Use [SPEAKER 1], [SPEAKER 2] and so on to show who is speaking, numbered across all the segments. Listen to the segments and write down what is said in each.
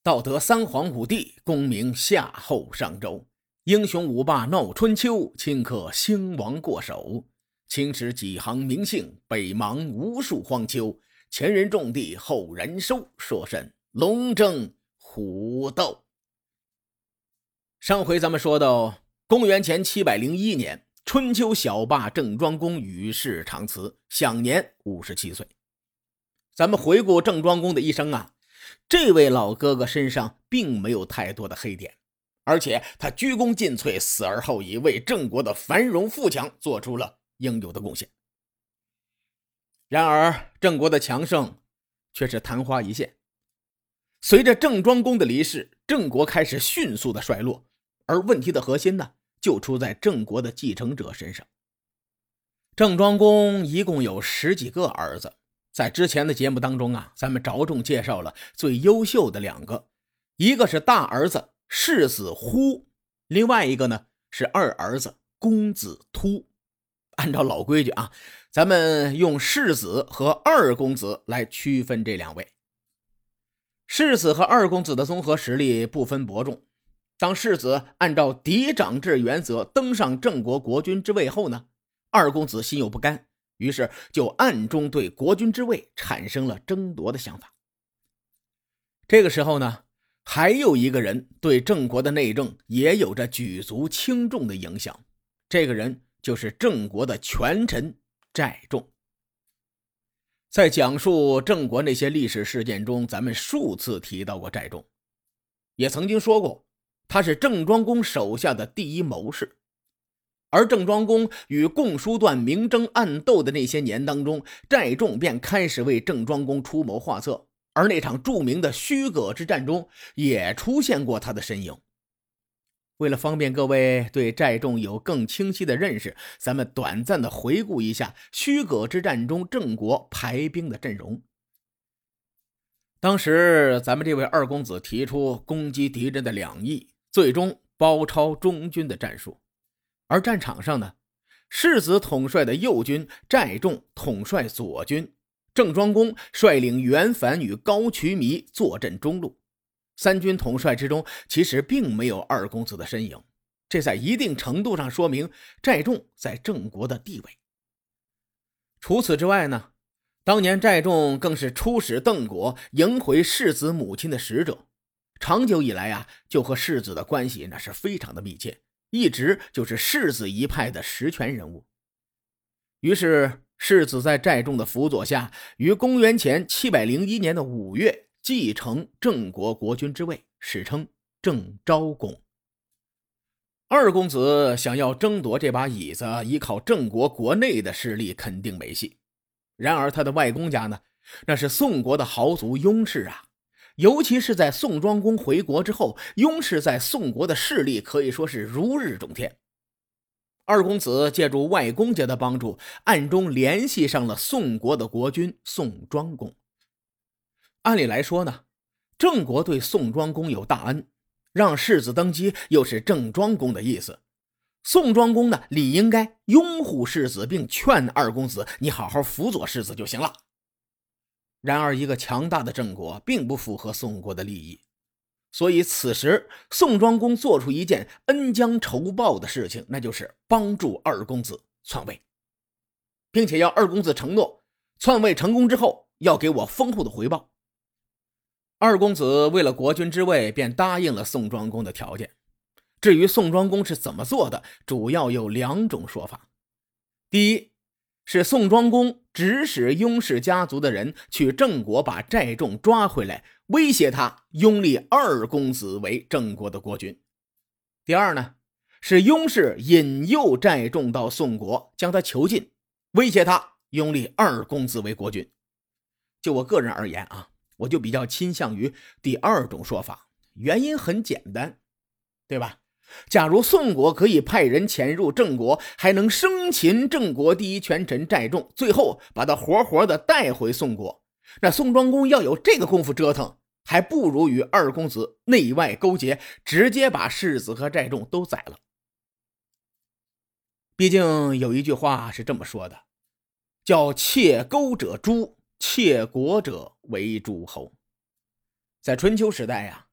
[SPEAKER 1] 道德三皇五帝，功名夏后商周。英雄五霸闹春秋，顷刻兴亡过手。青史几行名姓，北邙无数荒丘。前人种地，后人收，说甚龙争虎斗。上回咱们说到公元前701年，春秋小霸郑庄公与世长辞，享年57岁。咱们回顾郑庄公的一生啊，这位老哥哥身上并没有太多的黑点，而且他鞠躬尽瘁，死而后已，为郑国的繁荣富强做出了应有的贡献。然而郑国的强盛却是昙花一现。随着郑庄公的离世，郑国开始迅速的衰落，而问题的核心呢，就出在郑国的继承者身上。郑庄公一共有10几个儿子，在之前的节目当中啊，咱们着重介绍了最优秀的2个，一个是大儿子世子忽，另外一个呢是二儿子公子突。按照老规矩啊，咱们用世子和二公子来区分这2位。世子和二公子的综合实力不分伯仲。当世子按照嫡长制原则登上郑国国君之位后呢，二公子心有不甘，于是就暗中对国君之位产生了争夺的想法。这个时候呢，还有一个人对郑国的内政也有着举足轻重的影响，这个人就是郑国的权臣寨仲。在讲述郑国那些历史事件中，咱们数次提到过寨仲，也曾经说过他是郑庄公手下的第一谋士。而郑庄公与共叔段明争暗斗的那些年当中，寨仲便开始为郑庄公出谋划策，而那场著名的虚葛之战中也出现过他的身影。为了方便各位对寨仲有更清晰的认识，咱们短暂的回顾一下虚葛之战中郑国排兵的阵容。当时咱们这位二公子提出攻击敌人的2翼，最终包抄中军的战术。而战场上呢，世子统帅的右军，寨仲统帅左军，郑庄公率领袁凡与高渠弥坐镇中路。3军统帅之中其实并没有二公子的身影，这在一定程度上说明寨仲在郑国的地位。除此之外呢，当年寨仲更是出使邓国，迎回世子母亲的使者，长久以来啊，就和世子的关系那是非常的密切，一直就是世子一派的实权人物。于是世子在寨仲的辅佐下，于公元前701年的5月继承郑国国君之位，史称郑昭公。二公子想要争夺这把椅子，依靠郑国国内的势力肯定没戏。然而他的外公家呢，那是宋国的豪族雍氏啊，尤其是在宋庄公回国之后，雍氏在宋国的势力可以说是如日中天。二公子借助外公家的帮助，暗中联系上了宋国的国君宋庄公。按理来说呢，郑国对宋庄公有大恩，让世子登基又是郑庄公的意思。宋庄公呢，理应该拥护世子，并劝二公子你好好辅佐世子就行了。然而一个强大的郑国并不符合宋国的利益，所以此时宋庄公做出一件恩将仇报的事情，那就是帮助二公子篡位，并且要二公子承诺篡位成功之后要给我丰厚的回报。二公子为了国君之位，便答应了宋庄公的条件。至于宋庄公是怎么做的，主要有2种说法。第一，是宋庄公指使雍氏家族的人去郑国把寨仲抓回来，威胁他拥立二公子为郑国的国君。第二呢，是雍氏引诱寨仲到宋国，将他囚禁，威胁他拥立二公子为国君。就我个人而言啊，我就比较倾向于第2种说法，原因很简单，对吧？假如宋国可以派人潜入郑国，还能生擒郑国第一权臣寨仲，最后把他活活的带回宋国，那宋庄公要有这个功夫折腾，还不如与二公子内外勾结，直接把世子和寨仲都宰了。毕竟有一句话是这么说的，叫窃钩者诛，窃国者为诸侯。在春秋时代呀，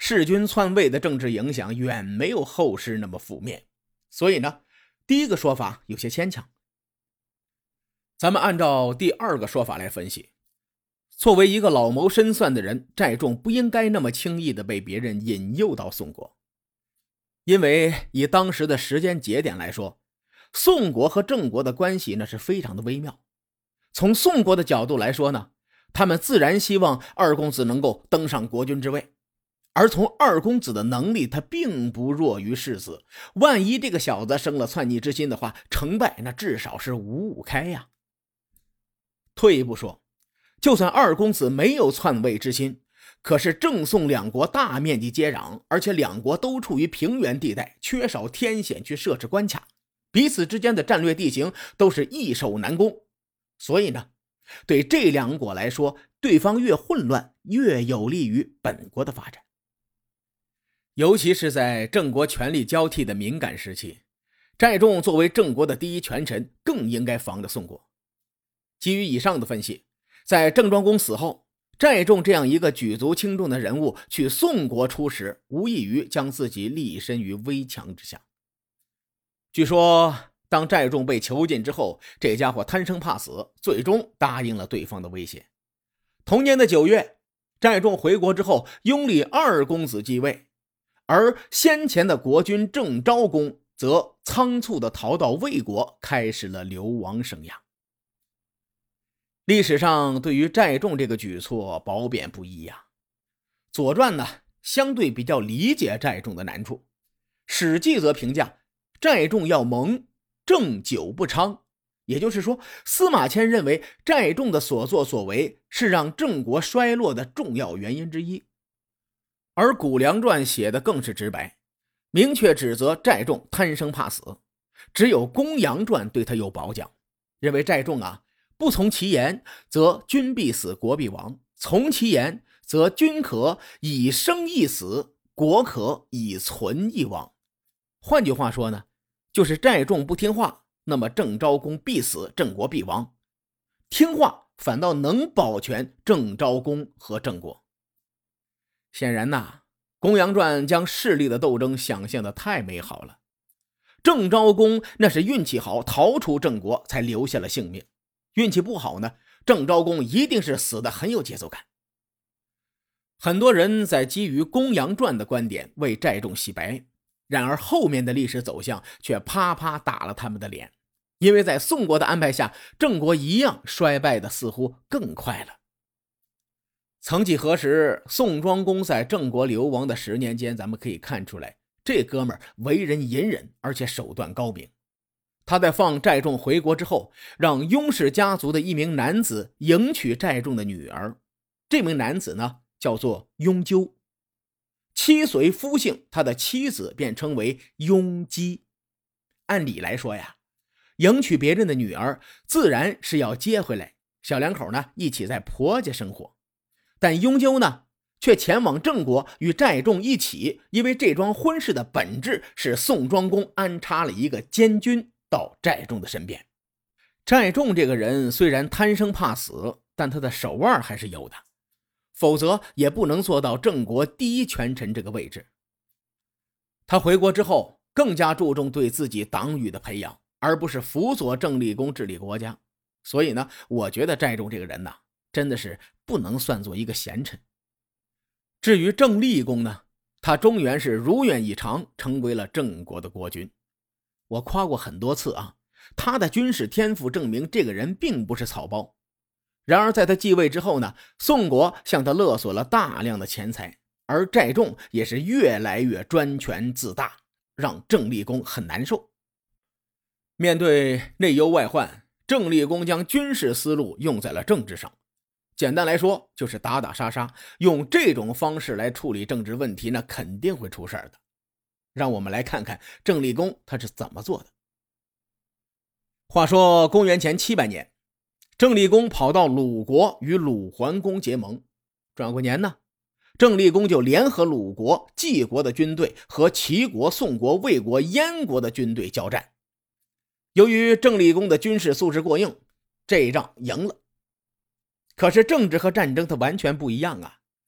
[SPEAKER 1] 弑君篡位的政治影响远没有后世那么负面，所以呢，第一个说法有些牵强。咱们按照第二个说法来分析，作为一个老谋深算的人，寨众不应该那么轻易的被别人引诱到宋国。因为以当时的时间节点来说，宋国和郑国的关系那是非常的微妙。从宋国的角度来说呢，他们自然希望二公子能够登上国君之位，而从二公子的能力，他并不弱于世子，万一这个小子生了篡逆之心的话，成败那至少是5-5开呀。退一步说，就算二公子没有篡位之心，可是郑宋两国大面积接壤，而且两国都处于平原地带，缺少天险去设置关卡，彼此之间的战略地形都是易守难攻，所以呢，对这两国来说，对方越混乱，越有利于本国的发展。尤其是在郑国权力交替的敏感时期，寨众作为郑国的第一权臣，更应该防着宋国。基于以上的分析，在郑庄公死后，寨众这样一个举足轻重的人物去宋国出使，无异于将自己立身于危墙之下。据说当寨众被囚禁之后，这家伙贪生怕死，最终答应了对方的威胁。同年的9月，寨众回国之后，拥立二公子继位，而先前的国君郑昭公则仓促地逃到魏国，开始了流亡生涯。历史上对于寨众这个举措褒贬不一呀。左传呢，相对比较理解寨众的难处，史记则评价寨众要蒙，政久不昌。也就是说，司马迁认为寨众的所作所为是让郑国衰落的重要原因之一。而谷梁传写的更是直白，明确指责寨众贪生怕死，只有公羊传对他有褒奖，认为寨众不从其言，则君必死，国必亡；从其言，则君可以生易死，国可以存易亡。换句话说呢，就是寨众不听话，那么郑昭公必死，郑国必亡；听话反倒能保全郑昭公和郑国。显然公羊传将势力的斗争想象的太美好了。郑昭公那是运气好，逃出郑国才留下了性命。运气不好呢，郑昭公一定是死得很有节奏感。很多人在基于公羊传的观点为寨众洗白，然而后面的历史走向却啪啪打了他们的脸，因为在宋国的安排下，郑国一样衰败的似乎更快了。曾几何时，宋庄公在郑国流亡的10年间，咱们可以看出来，这哥们儿为人隐忍，而且手段高明。他在放寨众回国之后，让雍氏家族的一名男子迎娶寨众的女儿。这名男子呢，叫做雍纠。妻随夫姓，他的妻子便称为雍姬。按理来说呀，迎娶别人的女儿，自然是要接回来，小两口呢一起在婆家生活。但雍纠呢，却前往郑国与寨众一起，因为这桩婚事的本质是宋庄公安插了一个监军到寨众的身边。寨众这个人虽然贪生怕死，但他的手腕还是有的，否则也不能做到郑国第一权臣这个位置。他回国之后，更加注重对自己党羽的培养，而不是辅佐郑厉公治理国家。所以呢，我觉得寨众这个人真的是不能算作一个贤臣。至于郑厉公呢，他终原是如愿以偿，成为了郑国的国君。我夸过很多次他的军事天赋证明这个人并不是草包。然而在他继位之后呢，宋国向他勒索了大量的钱财，而寨众也是越来越专权自大，让郑厉公很难受。面对内忧外患，郑厉公将军事思路用在了政治上。简单来说，就是打打杀杀，用这种方式来处理政治问题，那肯定会出事的。让我们来看看郑厉公他是怎么做的。话说公元前700年，郑厉公跑到鲁国与鲁桓公结盟。转过年呢，郑厉公就联合鲁国、晋国的军队和齐国、宋国、魏国、燕国的军队交战。由于郑厉公的军事素质过硬，这一仗赢了。可是政治和战争它完全不一样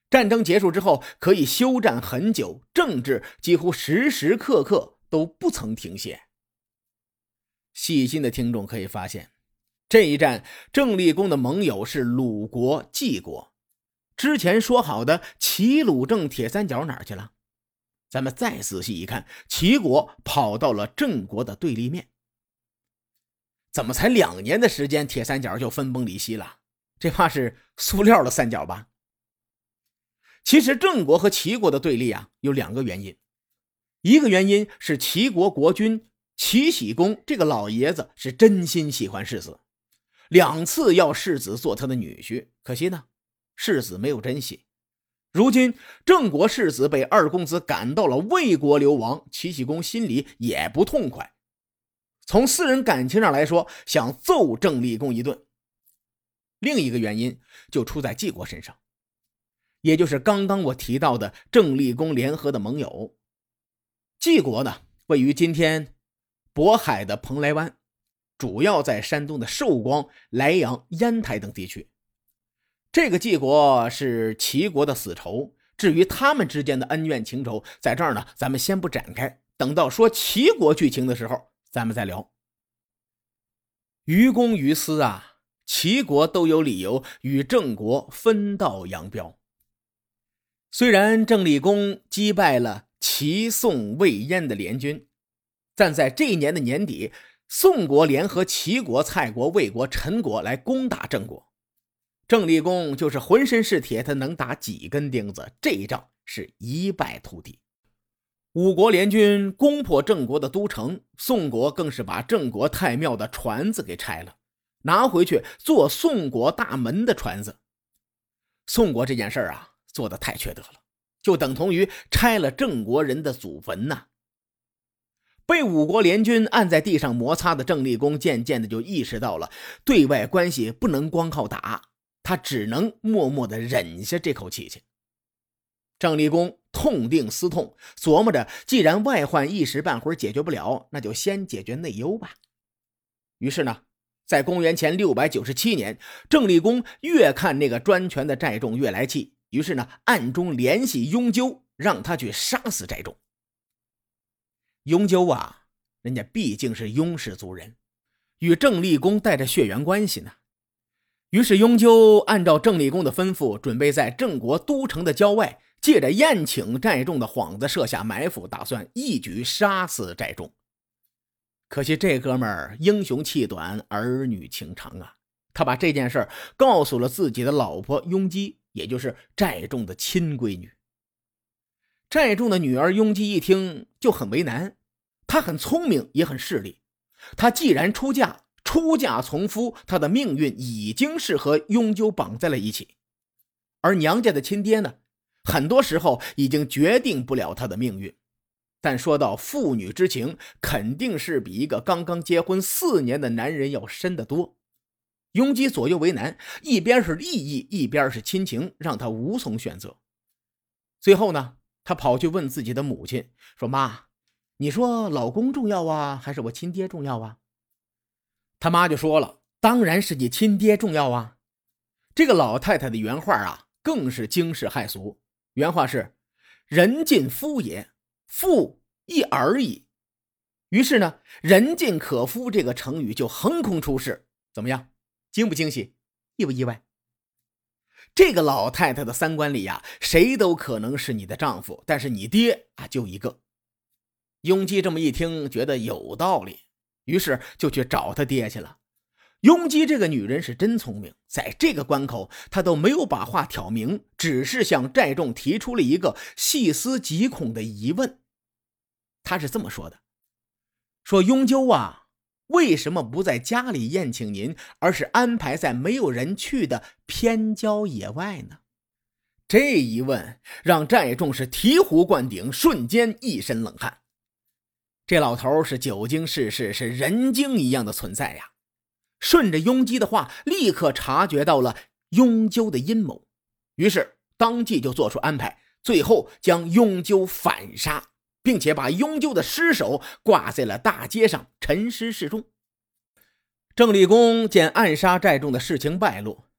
[SPEAKER 1] 战争结束之后可以休战很久，政治几乎时时刻刻都不曾停歇。细心的听众可以发现，这一战郑立功的盟友是鲁国、晋国。之前说好的齐鲁郑铁三角哪儿去了？咱们再仔细一看，齐国跑到了郑国的对立面。怎么才2年的时间，铁三角就分崩离析了？这怕是塑料的三角吧？其实郑国和齐国的对立有2个原因。一个原因是齐国国君齐僖公这个老爷子是真心喜欢世子，2次要世子做他的女婿，可惜呢，世子没有珍惜。如今郑国世子被二公子赶到了魏国流亡，齐僖公心里也不痛快，从私人感情上来说，想揍郑立功一顿。另一个原因就出在晋国身上，也就是刚刚我提到的郑立功联合的盟友。晋国呢，位于今天渤海的蓬莱湾，主要在山东的寿光、莱阳、烟台等地区。这个晋国是齐国的死仇，至于他们之间的恩怨情仇，在这儿呢咱们先不展开，等到说齐国剧情的时候咱们再聊。于公于私齐国都有理由与郑国分道扬镳。虽然郑立功击败了齐宋魏燕的联军，但在这一年的年底，宋国联合齐国、蔡国、魏国、陈国来攻打郑国。郑立功就是浑身是铁，他能打几根钉子，这一仗是一败涂地。5国联军攻破郑国的都城，宋国更是把郑国太庙的船子给拆了，拿回去做宋国大门的船子。宋国这件事做得太缺德了，就等同于拆了郑国人的祖坟呐。被5国联军按在地上摩擦的郑立功渐渐的就意识到了对外关系不能光靠打，他只能默默地忍下这口气去。郑立功痛定思痛，琢磨着既然外患一时半会儿解决不了，那就先解决内忧吧。于是呢，在公元前697年，郑立功越看那个专权的寨众越来气，于是呢，暗中联系雍纠，让他去杀死寨众。雍纠人家毕竟是雍氏族人，与郑立功带着血缘关系呢。于是雍纠按照郑立功的吩咐，准备在郑国都城的郊外，借着宴请寨众的幌子设下埋伏，打算一举杀死寨众。可惜这哥们儿英雄气短，儿女情长他把这件事告诉了自己的老婆雍姬，也就是寨众的亲闺女。寨众的女儿雍姬一听就很为难，她很聪明也很势利，她既然出嫁从夫，她的命运已经是和雍纠绑在了一起。而娘家的亲爹呢，很多时候已经决定不了她的命运。但说到父女之情，肯定是比一个刚刚结婚4年的男人要深得多。雍姬左右为难，一边是利益，一边是亲情，让他无从选择。最后呢，他跑去问自己的母亲说：妈，你说老公重要还是我亲爹重要他妈就说了，当然是你亲爹重要这个老太太的原话更是惊世骇俗，原话是人尽夫也，夫亦尔矣。于是呢，人尽可夫这个成语就横空出世。怎么样，惊不惊喜，意不意外？这个老太太的三观里谁都可能是你的丈夫，但是你爹就一个。雍姬这么一听觉得有道理，于是就去找他爹去了。雍姬这个女人是真聪明，在这个关口她都没有把话挑明，只是向寨众提出了一个细思极恐的疑问。她是这么说的，说雍纠为什么不在家里宴请您，而是安排在没有人去的偏郊野外呢？这一问让寨众是醍醐灌顶，瞬间一身冷汗。这老头是久经世事，是人精一样的存在顺着雍姬的话，立刻察觉到了雍纠的阴谋，于是当即就做出安排，最后将雍纠反杀，并且把雍纠的尸首挂在了大街上，沉尸示众。郑立功见暗杀寨众的事情败露，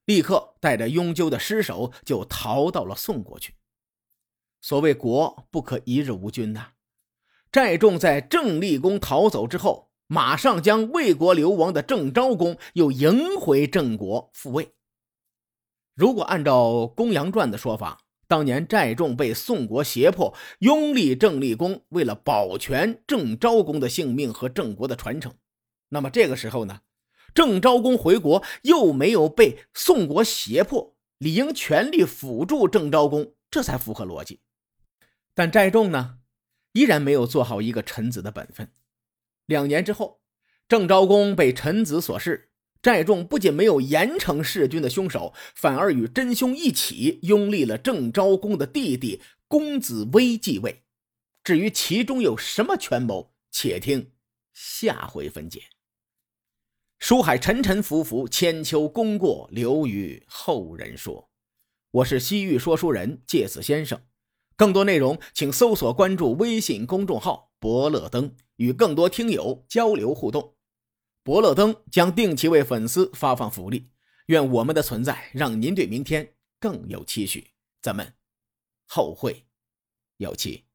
[SPEAKER 1] 立刻带着雍纠的尸首就逃到了宋国去。所谓国不可一日无君呐，寨众在郑立公逃走之后，马上将魏国流亡的郑昭公又迎回郑国复位。如果按照《公羊传》的说法，当年寨众被宋国胁迫拥立郑立公，为了保全郑昭公的性命和郑国的传承，那么这个时候呢，郑昭公回国又没有被宋国胁迫，理应全力辅助郑昭公，这才符合逻辑。但寨众呢，依然没有做好一个臣子的本分。2年之后，郑昭公被臣子所弑，寨众不仅没有严惩弑君的凶手，反而与真凶一起拥立了郑昭公的弟弟公子威继位。至于其中有什么权谋，且听下回分解。书海沉沉浮浮，千秋功过留于后人说。我是西域说书人介子先生，更多内容请搜索关注微信公众号伯乐灯，与更多听友交流互动。伯乐灯将定期为粉丝发放福利，愿我们的存在让您对明天更有期许。咱们后会有期。